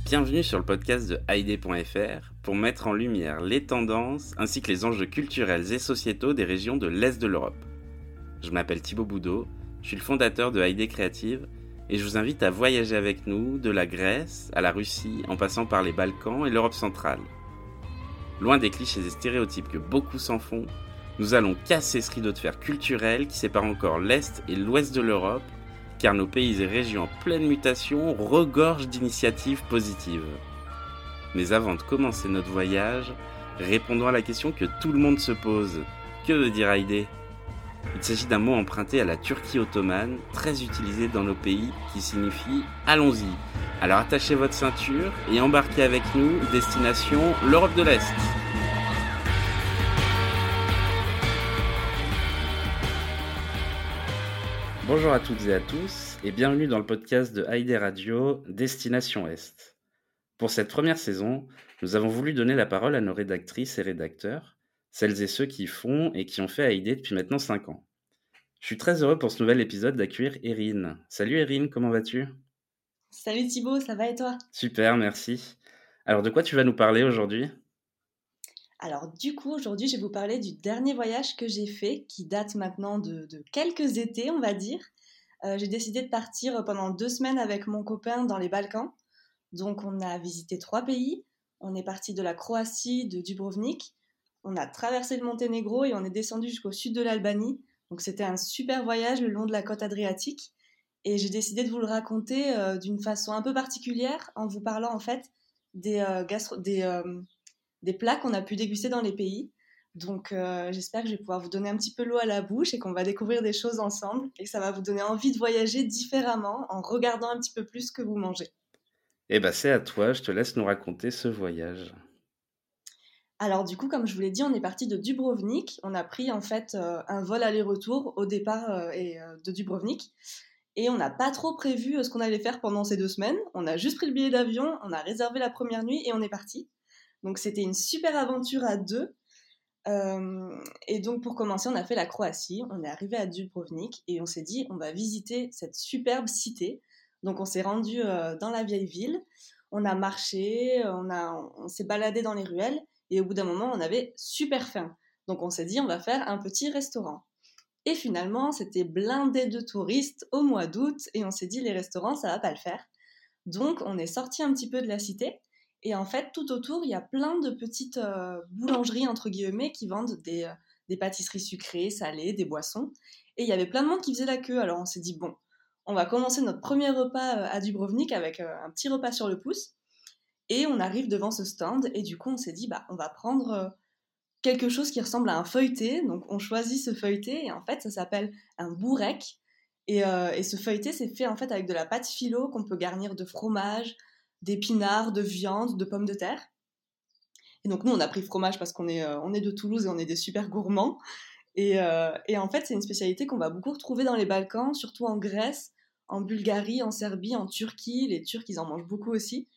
Bienvenue sur le podcast de Haïdé.fr pour mettre en lumière les tendances ainsi que les enjeux culturels et sociétaux des régions de l'Est de l'Europe. Je m'appelle Thibaut Boudot, je suis le fondateur de Haïdé Créative et je vous invite à voyager avec nous de la Grèce à la Russie en passant par les Balkans et l'Europe centrale. Loin des clichés et stéréotypes que beaucoup s'en font, nous allons casser ce rideau de fer culturel qui sépare encore l'Est et l'Ouest de l'Europe, car nos pays et régions en pleine mutation regorgent d'initiatives positives. Mais avant de commencer notre voyage, répondons à la question que tout le monde se pose. Que veut dire Haïdé ? Il s'agit d'un mot emprunté à la Turquie ottomane, très utilisé dans nos pays, qui signifie « allons-y ». Alors attachez votre ceinture et embarquez avec nous, destination l'Europe de l'Est. Bonjour à toutes et à tous et bienvenue dans le podcast de Haïdé Radio, Destination Est. Pour cette première saison, nous avons voulu donner la parole à nos rédactrices et rédacteurs, celles et ceux qui font et qui ont fait Haïdé depuis maintenant 5 ans. Je suis très heureux pour ce nouvel épisode d'accueillir Erin. Salut Erin, comment vas-tu ? Salut Thibaut, ça va et toi ? Super, merci. Alors de quoi tu vas nous parler aujourd'hui ? Alors du coup, aujourd'hui, je vais vous parler du dernier voyage que j'ai fait, qui date maintenant de quelques étés, on va dire. J'ai décidé de partir pendant 2 semaines avec mon copain dans les Balkans. Donc on a visité 3 pays. On est parti de la Croatie, de Dubrovnik. On a traversé le Monténégro et on est descendu jusqu'au sud de l'Albanie. Donc c'était un super voyage le long de la côte adriatique. Et j'ai décidé de vous le raconter d'une façon un peu particulière en vous parlant en fait des plats qu'on a pu déguster dans les pays. Donc j'espère que je vais pouvoir vous donner un petit peu l'eau à la bouche et qu'on va découvrir des choses ensemble et que ça va vous donner envie de voyager différemment en regardant un petit peu plus ce que vous mangez. Eh ben c'est à toi, je te laisse nous raconter ce voyage. Alors du coup, comme je vous l'ai dit, on est parti de Dubrovnik. On a pris en fait un vol aller-retour au départ de Dubrovnik. Et on n'a pas trop prévu ce qu'on allait faire pendant ces 2 semaines. On a juste pris le billet d'avion, on a réservé la première nuit et on est parti. Donc c'était une super aventure à deux. Et donc pour commencer, on a fait la Croatie. On est arrivé à Dubrovnik et on s'est dit on va visiter cette superbe cité. Donc on s'est rendu dans la vieille ville. On a marché, on s'est baladé dans les ruelles et au bout d'un moment, on avait super faim. Donc on s'est dit on va faire un petit restaurant. Et finalement, c'était blindé de touristes au mois d'août et on s'est dit les restaurants, ça va pas le faire. Donc, on est sorti un petit peu de la cité et en fait, tout autour, il y a plein de petites boulangeries, entre guillemets, qui vendent des pâtisseries sucrées, salées, des boissons. Et il y avait plein de monde qui faisait la queue. Alors, on s'est dit, bon, on va commencer notre premier repas à Dubrovnik avec un petit repas sur le pouce. Et on arrive devant ce stand et du coup, on s'est dit, bah, on va prendre quelque chose qui ressemble à un feuilleté. Donc, on choisit ce feuilleté et en fait, ça s'appelle un bourrec. Et ce feuilleté, c'est fait en fait avec de la pâte philo qu'on peut garnir de fromage, d'épinards, de viande, de pommes de terre. Et donc, nous, on a pris fromage parce on est de Toulouse et on est des super gourmands. Et en fait, c'est une spécialité qu'on va beaucoup retrouver dans les Balkans, surtout en Grèce, en Bulgarie, en Serbie, en Turquie. Les Turcs, ils en mangent beaucoup aussi.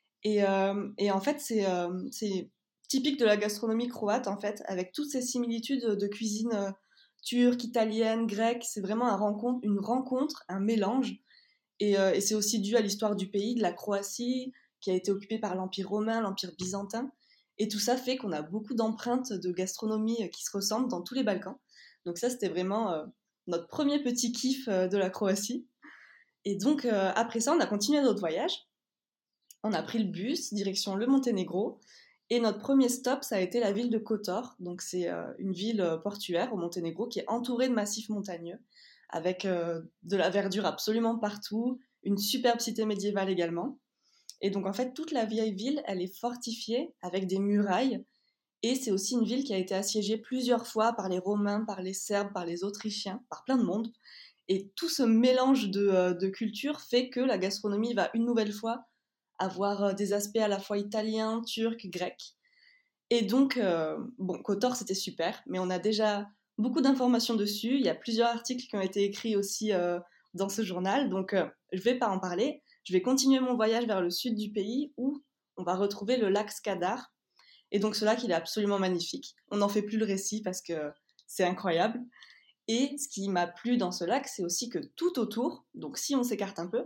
Et en fait, c'est typique de la gastronomie croate, en fait, avec toutes ces similitudes de cuisine turque, italienne, grecque. C'est vraiment une rencontre, un mélange. Et c'est aussi dû à l'histoire du pays, de la Croatie, qui a été occupée par l'Empire romain, l'Empire byzantin. Et tout ça fait qu'on a beaucoup d'empreintes de gastronomie qui se ressemblent dans tous les Balkans. Donc ça, c'était vraiment notre premier petit kiff de la Croatie. Et donc, après ça, on a continué notre voyage. On a pris le bus, direction le Monténégro. Et notre premier stop, ça a été la ville de Kotor. Donc, c'est une ville portuaire au Monténégro qui est entourée de massifs montagneux, avec de la verdure absolument partout, une superbe cité médiévale également. Et donc, en fait, toute la vieille ville, elle est fortifiée avec des murailles. Et c'est aussi une ville qui a été assiégée plusieurs fois par les Romains, par les Serbes, par les Autrichiens, par plein de monde. Et tout ce mélange de cultures fait que la gastronomie va une nouvelle fois avoir des aspects à la fois italiens, turcs, grecs. Et donc, bon, Kotor, c'était super, mais on a déjà beaucoup d'informations dessus. Il y a plusieurs articles qui ont été écrits aussi dans ce journal, donc je ne vais pas en parler. Je vais continuer mon voyage vers le sud du pays où on va retrouver le lac Skadar. Et donc, ce lac, il est absolument magnifique. On n'en fait plus le récit parce que c'est incroyable. Et ce qui m'a plu dans ce lac, c'est aussi que tout autour, donc si on s'écarte un peu,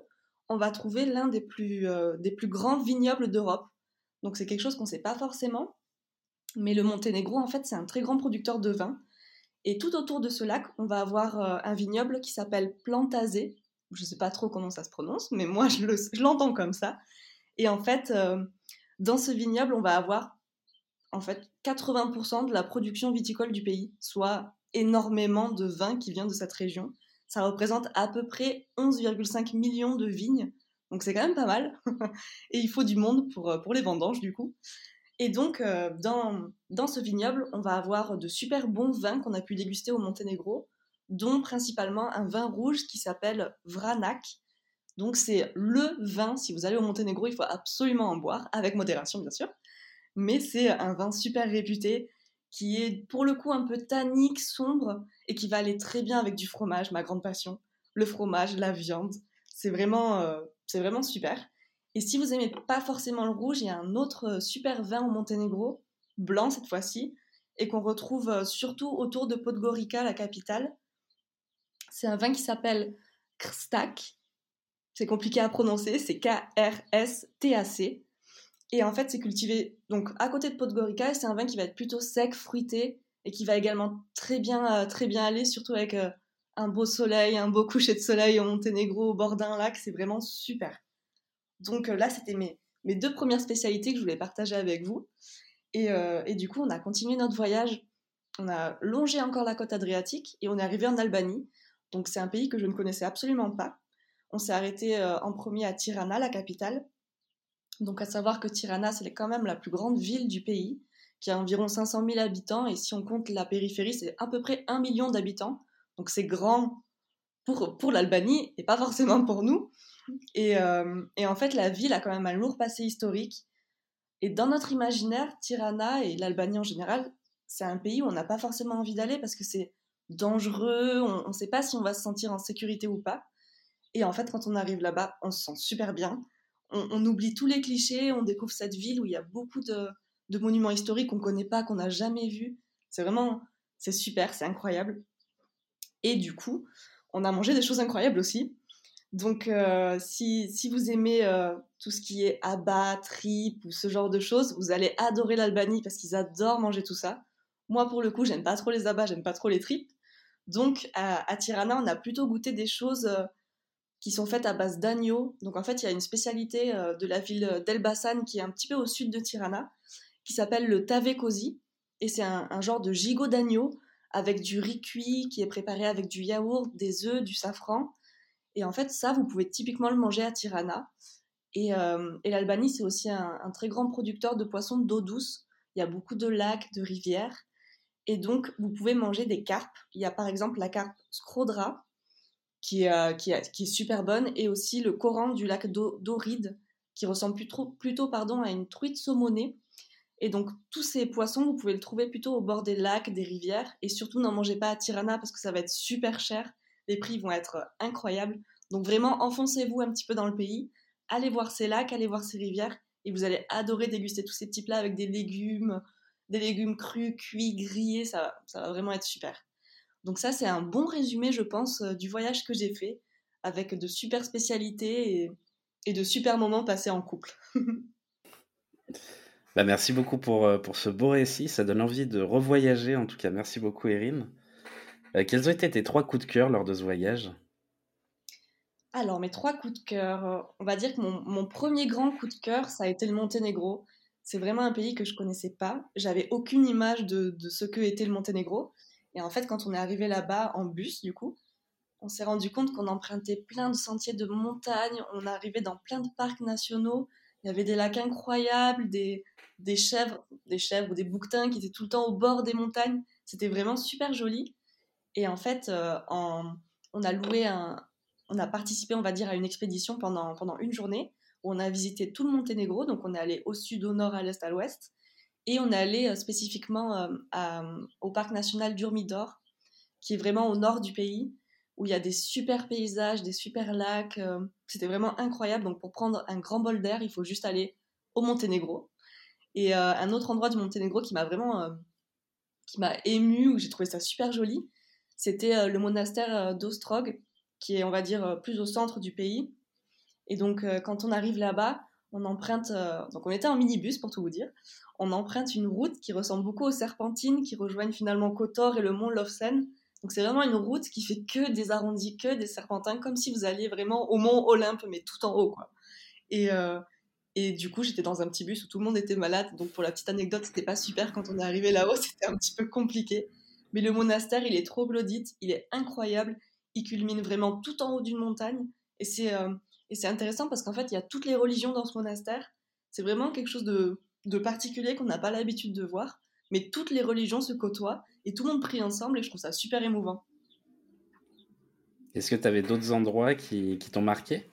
on va trouver l'un des plus grands vignobles d'Europe. Donc c'est quelque chose qu'on ne sait pas forcément, mais le Monténégro, en fait, c'est un très grand producteur de vin. Et tout autour de ce lac, on va avoir un vignoble qui s'appelle Plantazé. Je ne sais pas trop comment ça se prononce, mais moi, je l'entends comme ça. Et en fait, dans ce vignoble, on va avoir en fait 80% de la production viticole du pays, soit énormément de vin qui vient de cette région. Ça représente à peu près 11,5 millions de vignes, donc c'est quand même pas mal. Et il faut du monde pour les vendanges, du coup. Et donc, dans ce vignoble, on va avoir de super bons vins qu'on a pu déguster au Monténégro, dont principalement un vin rouge qui s'appelle Vranac. Donc, c'est le vin, si vous allez au Monténégro, il faut absolument en boire, avec modération bien sûr. Mais c'est un vin super réputé, qui est pour le coup un peu tannique, sombre, et qui va aller très bien avec du fromage, ma grande passion. Le fromage, la viande, c'est vraiment super. Et si vous aimez pas forcément le rouge, il y a un autre super vin au Monténégro, blanc cette fois-ci, et qu'on retrouve surtout autour de Podgorica, la capitale. C'est un vin qui s'appelle Krstak. C'est compliqué à prononcer, c'est Krstac. Et en fait, c'est cultivé donc à côté de Podgorica. C'est un vin qui va être plutôt sec, fruité, et qui va également très bien aller, surtout avec un beau soleil, un beau coucher de soleil au Monténégro, au bord d'un lac. C'est vraiment super. Donc là, c'était mes deux premières spécialités que je voulais partager avec vous. Et du coup, on a continué notre voyage. On a longé encore la côte adriatique et on est arrivé en Albanie. Donc c'est un pays que je ne connaissais absolument pas. On s'est arrêté en premier à Tirana, la capitale. Donc à savoir que Tirana, c'est quand même la plus grande ville du pays, qui a environ 500 000 habitants. Et si on compte la périphérie, c'est à peu près 1 million d'habitants. Donc c'est grand pour l'Albanie et pas forcément pour nous. Et en fait, la ville a quand même un lourd passé historique. Et dans notre imaginaire, Tirana et l'Albanie en général, c'est un pays où on n'a pas forcément envie d'aller parce que c'est dangereux, on ne sait pas si on va se sentir en sécurité ou pas. Et en fait, quand on arrive là-bas, on se sent super bien. On oublie tous les clichés, on découvre cette ville où il y a beaucoup de monuments historiques qu'on ne connaît pas, qu'on n'a jamais vus. C'est super, c'est incroyable. Et du coup, on a mangé des choses incroyables aussi. Donc, si vous aimez tout ce qui est abats, tripes ou ce genre de choses, vous allez adorer l'Albanie parce qu'ils adorent manger tout ça. Moi, pour le coup, j'aime pas trop les abats, j'aime pas trop les tripes. Donc, à Tirana, on a plutôt goûté des choses qui sont faites à base d'agneau. Donc, en fait, il y a une spécialité de la ville d'Elbasan qui est un petit peu au sud de Tirana, qui s'appelle le tave cosy. Et c'est un genre de gigot d'agneau avec du riz cuit qui est préparé avec du yaourt, des œufs, du safran. Et en fait, ça, vous pouvez typiquement le manger à Tirana. Et l'Albanie, c'est aussi un très grand producteur de poissons d'eau douce. Il y a beaucoup de lacs, de rivières. Et donc, vous pouvez manger des carpes. Il y a par exemple la carpe Skrodra, qui est super bonne, et aussi le coran du lac d'Oride, qui ressemble plutôt à une truite saumonée. Et donc, tous ces poissons, vous pouvez le trouver plutôt au bord des lacs, des rivières. Et surtout, n'en mangez pas à Tirana parce que ça va être super cher. Les prix vont être incroyables. Donc, vraiment, enfoncez-vous un petit peu dans le pays. Allez voir ces lacs, allez voir ces rivières. Et vous allez adorer déguster tous ces petits plats avec des légumes crus, cuits, grillés. Ça va vraiment être super. Donc, ça, c'est un bon résumé, je pense, du voyage que j'ai fait avec de super spécialités et de super moments passés en couple. Bah, merci beaucoup pour ce beau récit. Ça donne envie de revoyager. En tout cas, merci beaucoup, Erin. Quels ont été tes 3 coups de cœur lors de ce voyage? Alors, mes trois coups de cœur, on va dire que mon premier grand coup de cœur, ça a été le Monténégro. C'est vraiment un pays que je connaissais pas. J'avais aucune image de ce que était le Monténégro. Et en fait, quand on est arrivé là-bas en bus, du coup, on s'est rendu compte qu'on empruntait plein de sentiers de montagne. On arrivait dans plein de parcs nationaux. Il y avait des lacs incroyables, des chèvres ou des bouquetins qui étaient tout le temps au bord des montagnes. C'était vraiment super joli. Et en fait, on a loué on a participé, on va dire, à une expédition pendant une journée où on a visité tout le Monténégro. Donc, on est allé au sud, au nord, à l'est, à l'ouest. Et on est allé spécifiquement au parc national d'Urmidor, qui est vraiment au nord du pays, où il y a des super paysages, des super lacs. C'était vraiment incroyable. Donc, pour prendre un grand bol d'air, il faut juste aller au Monténégro. Et un autre endroit du Monténégro qui m'a ému, où j'ai trouvé ça super joli, c'était le monastère d'Ostrog, qui est, on va dire, plus au centre du pays. Et donc, quand on arrive là-bas, on emprunte, donc on était en minibus pour tout vous dire, on emprunte une route qui ressemble beaucoup aux serpentines qui rejoignent finalement Kotor et le mont Lofsen. Donc c'est vraiment une route qui fait que des arrondis, que des serpentins, comme si vous alliez vraiment au mont Olympe, mais tout en haut, quoi. Et, euh, et du coup, j'étais dans un petit bus où tout le monde était malade. Donc pour la petite anecdote, c'était pas super quand on est arrivé là-haut, c'était un petit peu compliqué. Mais le monastère, il est troglodyte, il est incroyable. Il culmine vraiment tout en haut d'une montagne. Et c'est intéressant parce qu'en fait, il y a toutes les religions dans ce monastère. C'est vraiment quelque chose de particulier qu'on n'a pas l'habitude de voir. Mais toutes les religions se côtoient et tout le monde prie ensemble et je trouve ça super émouvant. Est-ce que tu avais d'autres endroits qui t'ont marqué?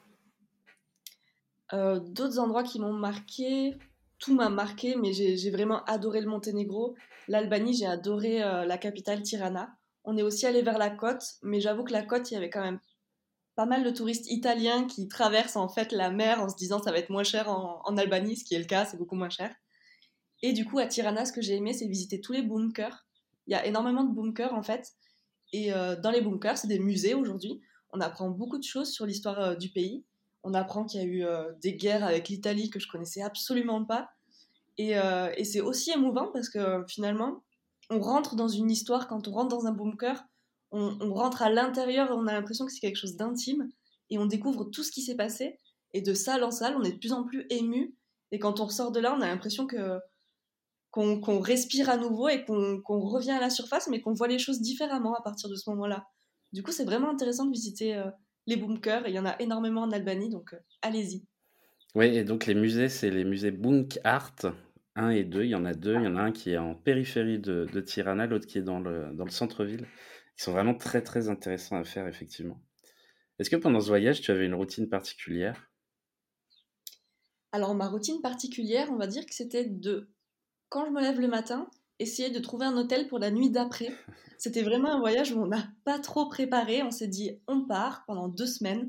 D'autres endroits qui m'ont marqué, tout m'a marqué, mais j'ai vraiment adoré le Monténégro. L'Albanie, j'ai adoré la capitale Tirana. On est aussi allé vers la côte, mais j'avoue que la côte, il y avait quand même pas mal de touristes italiens qui traversent en fait la mer en se disant ça va être moins cher en Albanie, ce qui est le cas, c'est beaucoup moins cher. Et du coup, à Tirana, ce que j'ai aimé, c'est visiter tous les bunkers. Il y a énormément de bunkers en fait, et dans les bunkers, c'est des musées aujourd'hui. On apprend beaucoup de choses sur l'histoire du pays. On apprend qu'il y a eu des guerres avec l'Italie que je connaissais absolument pas. Et c'est aussi émouvant parce que finalement, on rentre dans une histoire, quand on rentre dans un bunker, on rentre à l'intérieur, on a l'impression que c'est quelque chose d'intime et on découvre tout ce qui s'est passé. Et de salle en salle, on est de plus en plus ému. Et quand on ressort de là, on a l'impression qu'on respire à nouveau et qu'on revient à la surface, mais qu'on voit les choses différemment à partir de ce moment-là. Du coup, c'est vraiment intéressant de visiter les bunkers, et il y en a énormément en Albanie, donc allez-y. Oui, et donc les musées, c'est les musées Bunk Art 1 et 2. Il y en a deux. Il y en a un qui est en périphérie de Tirana, l'autre qui est dans le centre-ville. Ils sont vraiment très très intéressants à faire, effectivement. Est-ce que pendant ce voyage, tu avais une routine particulière? Alors, ma routine particulière, on va dire que c'était quand je me lève le matin, essayer de trouver un hôtel pour la nuit d'après. C'était vraiment un voyage où on n'a pas trop préparé, on s'est dit on part pendant 2 semaines,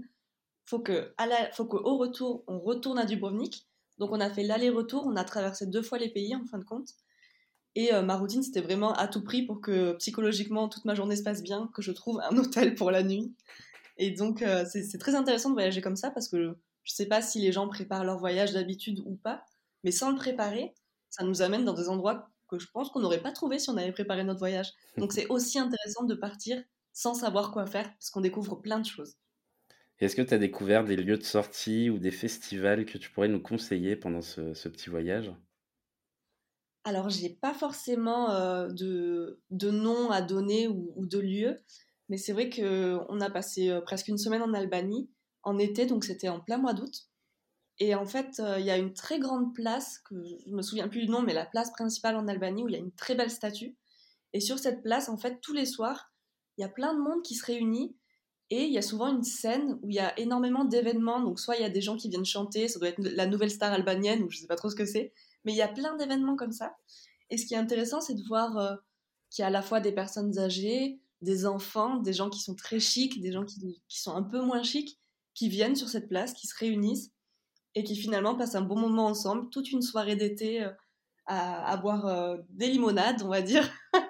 faut qu'au retour, on retourne à Dubrovnik. Donc on a fait l'aller-retour, on a traversé 2 fois les pays en fin de compte. Et ma routine, c'était vraiment à tout prix pour que psychologiquement toute ma journée se passe bien, que je trouve un hôtel pour la nuit. Et donc c'est très intéressant de voyager comme ça parce que je sais pas si les gens préparent leur voyage d'habitude ou pas, mais sans le préparer, ça nous amène dans des endroits que je pense qu'on n'aurait pas trouvé si on avait préparé notre voyage. Donc c'est aussi intéressant de partir sans savoir quoi faire parce qu'on découvre plein de choses. Est-ce que tu as découvert des lieux de sortie ou des festivals que tu pourrais nous conseiller pendant ce petit voyage? Alors, j'ai pas forcément de nom à donner ou de lieu, mais c'est vrai qu'on a passé presque une semaine en Albanie en été, donc c'était en plein mois d'août. Et en fait, il y a une très grande place, que je me souviens plus du nom, mais la place principale en Albanie où il y a une très belle statue. Et sur cette place, en fait, tous les soirs, il y a plein de monde qui se réunit et il y a souvent une scène où il y a énormément d'événements. Donc, soit il y a des gens qui viennent chanter, ça doit être la nouvelle star albanienne ou je sais pas trop ce que c'est, mais il y a plein d'événements comme ça. Et ce qui est intéressant, c'est de voir qu'il y a à la fois des personnes âgées, des enfants, des gens qui sont très chics, des gens qui sont un peu moins chics, qui viennent sur cette place, qui se réunissent et qui finalement passent un bon moment ensemble, toute une soirée d'été à boire des limonades, on va dire,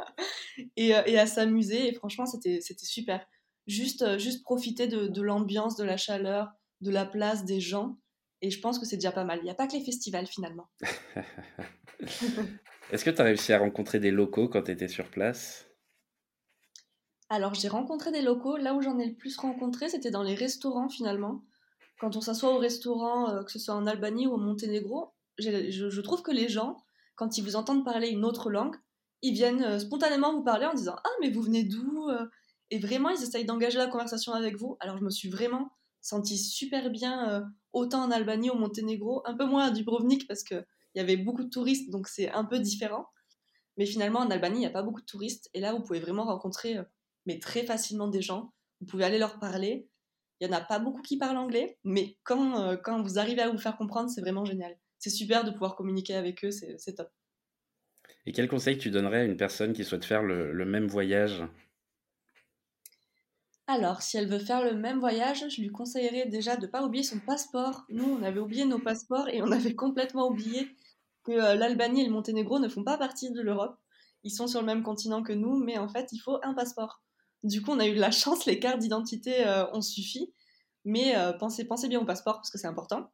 et à s'amuser. Et franchement, c'était super. Juste profiter de l'ambiance, de la chaleur, de la place, des gens. Et je pense que c'est déjà pas mal. Il n'y a pas que les festivals finalement. Est-ce que tu as réussi à rencontrer des locaux quand tu étais sur place? Alors j'ai rencontré des locaux. Là où j'en ai le plus rencontré, c'était dans les restaurants finalement. Quand on s'assoit au restaurant, que ce soit en Albanie ou au Monténégro, je trouve que les gens, quand ils vous entendent parler une autre langue, ils viennent spontanément vous parler en disant «Ah, mais vous venez d'où?» Et vraiment, ils essayent d'engager la conversation avec vous. Alors, je me suis vraiment sentie super bien, autant en Albanie, au Monténégro, un peu moins à Dubrovnik parce qu'il y avait beaucoup de touristes, donc c'est un peu différent. Mais finalement, en Albanie, il n'y a pas beaucoup de touristes. Et là, vous pouvez vraiment rencontrer, mais très facilement des gens. Vous pouvez aller leur parler. Il n'y en a pas beaucoup qui parlent anglais, mais quand vous arrivez à vous faire comprendre, c'est vraiment génial. C'est super de pouvoir communiquer avec eux, c'est top. Et quel conseil tu donnerais à une personne qui souhaite faire le même voyage? Alors, si elle veut faire le même voyage, je lui conseillerais déjà de ne pas oublier son passeport. Nous, on avait oublié nos passeports et on avait complètement oublié que l'Albanie et le Monténégro ne font pas partie de l'Europe. Ils sont sur le même continent que nous, mais en fait, il faut un passeport. Du coup, on a eu de la chance, les cartes d'identité ont suffi. Mais pensez bien au passeport parce que c'est important.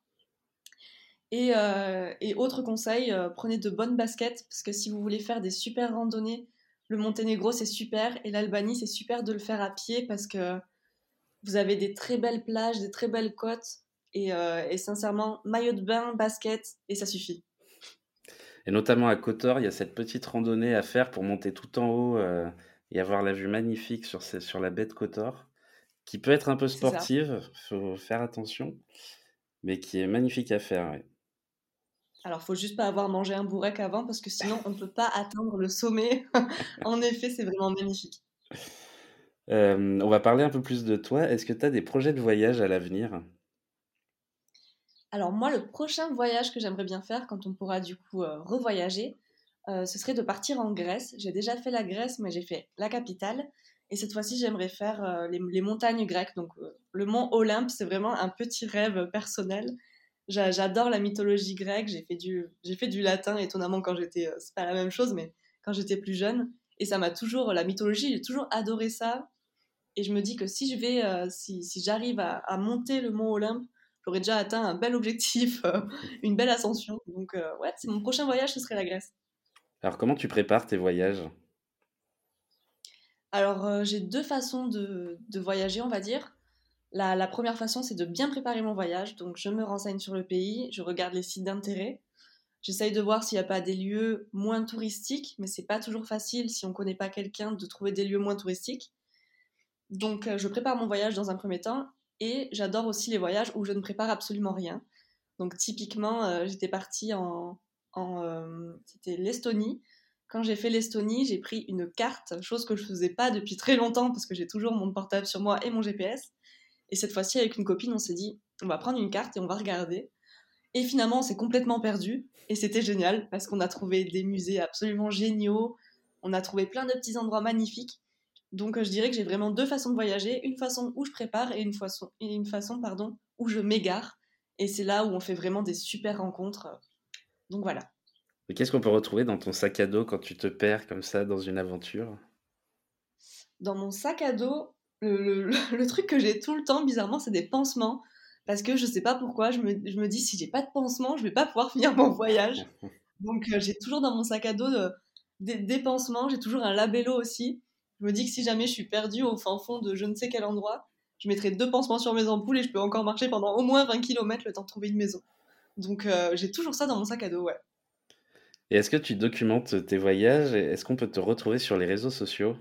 Et autre conseil, prenez de bonnes baskets parce que si vous voulez faire des super randonnées, le Monténégro c'est super et l'Albanie c'est super de le faire à pied parce que vous avez des très belles plages, des très belles côtes et sincèrement, maillot de bain, basket et ça suffit. Et notamment à Kotor, il y a cette petite randonnée à faire pour monter tout en haut, et avoir la vue magnifique sur la baie de Kotor, qui peut être un peu C'est ça. sportive, faut faire attention, mais qui est magnifique à faire, ouais. Alors, faut juste pas avoir mangé un bourrec avant parce que sinon on peut pas atteindre le sommet. En effet, c'est vraiment magnifique. On va parler un peu plus de toi. Est-ce que tu as des projets de voyage à l'avenir? Alors moi, le prochain voyage que j'aimerais bien faire, quand on pourra du coup revoyager, ce serait de partir en Grèce. J'ai déjà fait la Grèce, mais j'ai fait la capitale. Et cette fois-ci, j'aimerais faire les montagnes grecques. Donc le mont Olympe, c'est vraiment un petit rêve personnel. J'adore la mythologie grecque. J'ai fait du latin, étonnamment, quand j'étais... c'est pas la même chose, mais quand j'étais plus jeune. Et ça m'a toujours... La mythologie, j'ai toujours adoré ça. Et je me dis que si j'arrive à monter le mont Olympe, j'aurais déjà atteint un bel objectif, une belle ascension. Donc, ouais, c'est mon prochain voyage, ce serait la Grèce. Alors comment tu prépares tes voyages? Alors, j'ai deux façons de voyager, on va dire. La première façon, c'est de bien préparer mon voyage. Donc, je me renseigne sur le pays, je regarde les sites d'intérêt. J'essaye de voir s'il n'y a pas des lieux moins touristiques, mais c'est pas toujours facile si on connaît pas quelqu'un de trouver des lieux moins touristiques. Donc, je prépare mon voyage dans un premier temps et j'adore aussi les voyages où je ne prépare absolument rien. Donc, typiquement, j'étais partie c'était l'Estonie. Quand j'ai fait l'Estonie, j'ai pris une carte, chose que je faisais pas depuis très longtemps parce que j'ai toujours mon portable sur moi et mon GPS. Et cette fois-ci, avec une copine, on s'est dit, on va prendre une carte et on va regarder. Et finalement, on s'est complètement perdu. Et c'était génial parce qu'on a trouvé des musées absolument géniaux. On a trouvé plein de petits endroits magnifiques. Donc, je dirais que j'ai vraiment deux façons de voyager. Une façon où je prépare et une façon pardon, où je m'égare. Et c'est là où on fait vraiment des super rencontres. Donc voilà. Et qu'est-ce qu'on peut retrouver dans ton sac à dos quand tu te perds comme ça dans une aventure? Dans mon sac à dos, le truc que j'ai tout le temps, bizarrement, c'est des pansements. Parce que je sais pas pourquoi, je me dis, si j'ai pas de pansements, je vais pas pouvoir finir mon voyage. Donc j'ai toujours dans mon sac à dos des pansements, j'ai toujours un labello aussi. Je me dis que si jamais je suis perdue au fin fond de je ne sais quel endroit, je mettrai deux pansements sur mes ampoules et je peux encore marcher pendant au moins 20 km le temps de trouver une maison. Donc j'ai toujours ça dans mon sac à dos, ouais. Et est-ce que tu documentes tes voyages et est-ce qu'on peut te retrouver sur les réseaux sociaux?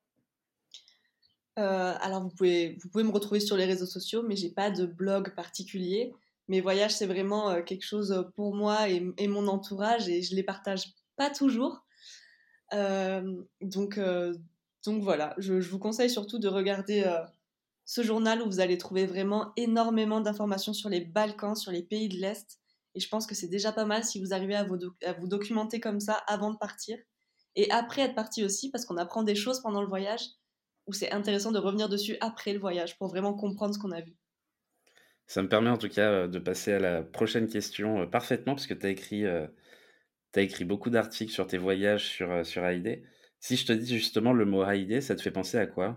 Alors vous pouvez me retrouver sur les réseaux sociaux, mais j'ai pas de blog particulier. Mes voyages, c'est vraiment quelque chose pour moi et mon entourage et je les partage pas toujours. Euh, donc, euh, donc voilà, je vous conseille surtout de regarder ce journal où vous allez trouver vraiment énormément d'informations sur les Balkans, sur les pays de l'Est. Et je pense que c'est déjà pas mal si vous arrivez à vous documenter comme ça avant de partir. Et après être parti aussi, parce qu'on apprend des choses pendant le voyage, où c'est intéressant de revenir dessus après le voyage pour vraiment comprendre ce qu'on a vu. Ça me permet en tout cas, de passer à la prochaine question, parfaitement parce que tu écrit beaucoup d'articles sur tes voyages sur Haïdé. Si je te dis justement le mot Haïdé, ça te fait penser à quoi?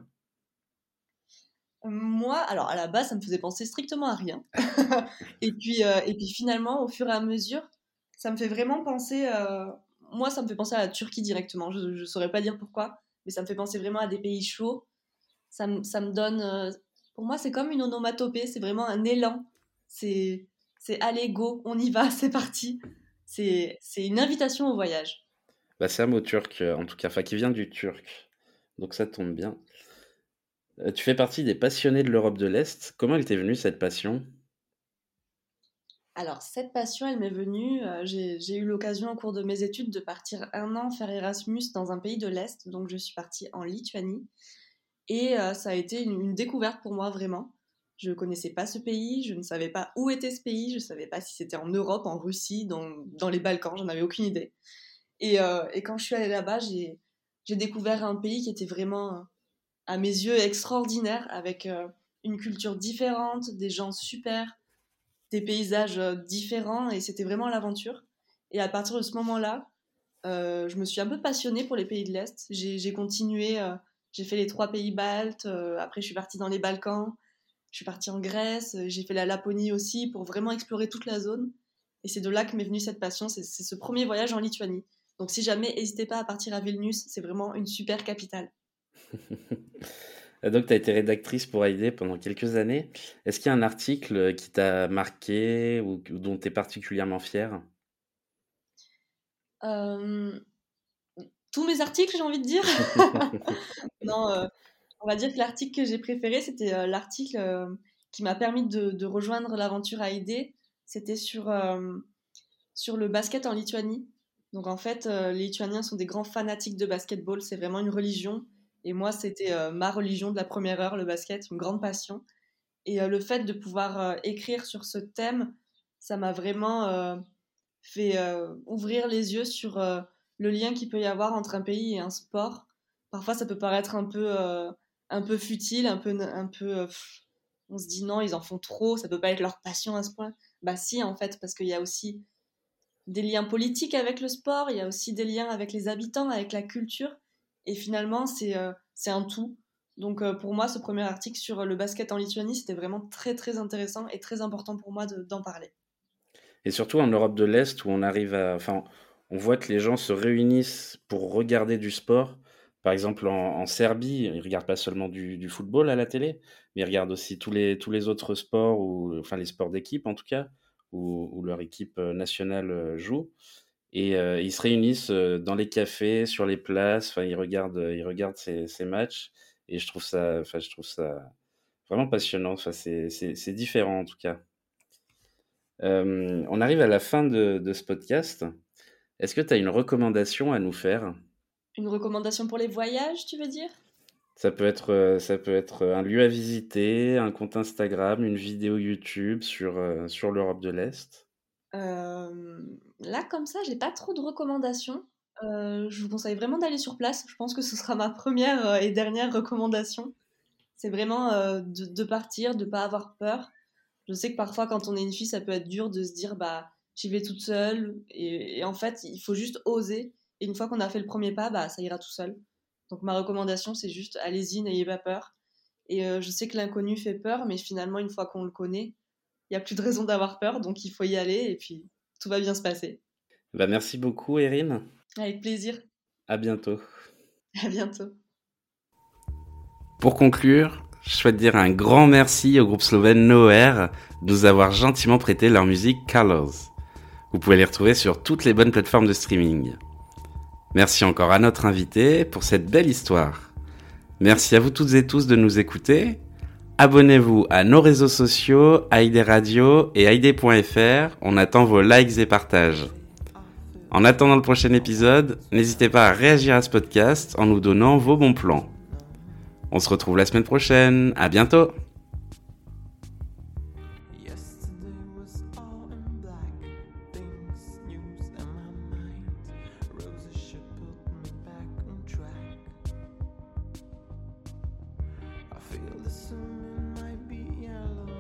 Moi, alors à la base, ça me faisait penser strictement à rien. Et puis finalement, au fur et à mesure, ça me fait vraiment penser. Moi, ça me fait penser à la Turquie directement. Je ne saurais pas dire pourquoi, mais ça me fait penser vraiment à des pays chauds. Ça me donne. Pour moi, c'est comme une onomatopée. C'est vraiment un élan. C'est, c'est allez, go, on y va, c'est parti. C'est une invitation au voyage. Bah, c'est un mot turc, en tout cas, enfin qui vient du turc, donc ça tombe bien. Tu fais partie des passionnés de l'Europe de l'Est. Comment elle t'est venue cette passion? Alors, cette passion, elle m'est venue. J'ai eu l'occasion au cours de mes études de partir un an faire Erasmus dans un pays de l'Est. Donc, je suis partie en Lituanie. Et ça a été une découverte pour moi, vraiment. Je ne connaissais pas ce pays, je ne savais pas où était ce pays, je ne savais pas si c'était en Europe, en Russie, dans les Balkans, j'en avais aucune idée. Et quand je suis allée là-bas, j'ai découvert un pays qui était vraiment, à mes yeux, extraordinaire, avec une culture différente, des gens super, des paysages différents, et c'était vraiment l'aventure. Et à partir de ce moment-là, je me suis un peu passionnée pour les pays de l'Est. J'ai continué, j'ai fait les trois pays baltes, après je suis partie dans les Balkans, Je suis partie en Grèce, j'ai fait la Laponie aussi pour vraiment explorer toute la zone. Et c'est de là que m'est venue cette passion, c'est ce premier voyage en Lituanie. Donc si jamais, n'hésitez pas à partir à Vilnius, c'est vraiment une super capitale. Donc, tu as été rédactrice pour AID pendant quelques années. Est-ce qu'il y a un article qui t'a marqué ou dont tu es particulièrement fière? Euh, Tous mes articles, j'ai envie de dire. Non, on va dire que l'article que j'ai préféré, c'était l'article qui m'a permis de rejoindre l'aventure AID. C'était sur le basket en Lituanie. Donc en fait, les Lituaniens sont des grands fanatiques de basketball, c'est vraiment une religion. Et moi, c'était ma religion de la première heure, le basket, une grande passion. Et le fait de pouvoir écrire sur ce thème, ça m'a vraiment fait ouvrir les yeux sur le lien qu'il peut y avoir entre un pays et un sport. Parfois, ça peut paraître un peu futile, on se dit non, ils en font trop, ça peut pas être leur passion à ce point. Bah si, en fait, parce qu'il y a aussi des liens politiques avec le sport, il y a aussi des liens avec les habitants, avec la culture, et finalement, c'est un tout. Donc pour moi, ce premier article sur le basket en Lituanie, c'était vraiment très très intéressant et très important pour moi d'en parler. Et surtout en Europe de l'Est où on arrive à, enfin, on voit que les gens se réunissent pour regarder du sport. Par exemple, en Serbie, ils regardent pas seulement du football à la télé, mais ils regardent aussi tous les autres sports, ou, enfin les sports d'équipe en tout cas, où leur équipe nationale joue. Et ils se réunissent dans les cafés, sur les places, enfin, ils regardent ces matchs. Et je trouve ça vraiment passionnant. Enfin, c'est différent en tout cas. On arrive à la fin de ce podcast. Est-ce que tu as une recommandation à nous faire? Une recommandation pour les voyages, tu veux dire? Ça peut être un lieu à visiter, un compte Instagram, une vidéo YouTube sur l'Europe de l'Est. Là, comme ça, j'ai pas trop de recommandations. Je vous conseille vraiment d'aller sur place. Je pense que ce sera ma première et dernière recommandation. C'est vraiment de partir, de pas avoir peur. Je sais que parfois, quand on est une fille, ça peut être dur de se dire, bah, j'y vais toute seule. Et en fait, il faut juste oser. Et une fois qu'on a fait le premier pas, bah, ça ira tout seul. Donc ma recommandation, c'est juste, allez-y, n'ayez pas peur. Et je sais que l'inconnu fait peur, mais finalement, une fois qu'on le connaît, il n'y a plus de raison d'avoir peur. Donc il faut y aller et puis tout va bien se passer. Bah, merci beaucoup, Erin. Avec plaisir. À bientôt. À bientôt. Pour conclure, je souhaite dire un grand merci au groupe slovène Nowhere de nous avoir gentiment prêté leur musique Colors. Vous pouvez les retrouver sur toutes les bonnes plateformes de streaming. Merci encore à notre invité pour cette belle histoire. Merci à vous toutes et tous de nous écouter. Abonnez-vous à nos réseaux sociaux, AID Radio et AID.fr. On attend vos likes et partages. En attendant le prochain épisode, n'hésitez pas à réagir à ce podcast en nous donnant vos bons plans. On se retrouve la semaine prochaine. À bientôt! Feel the cement might be yellow.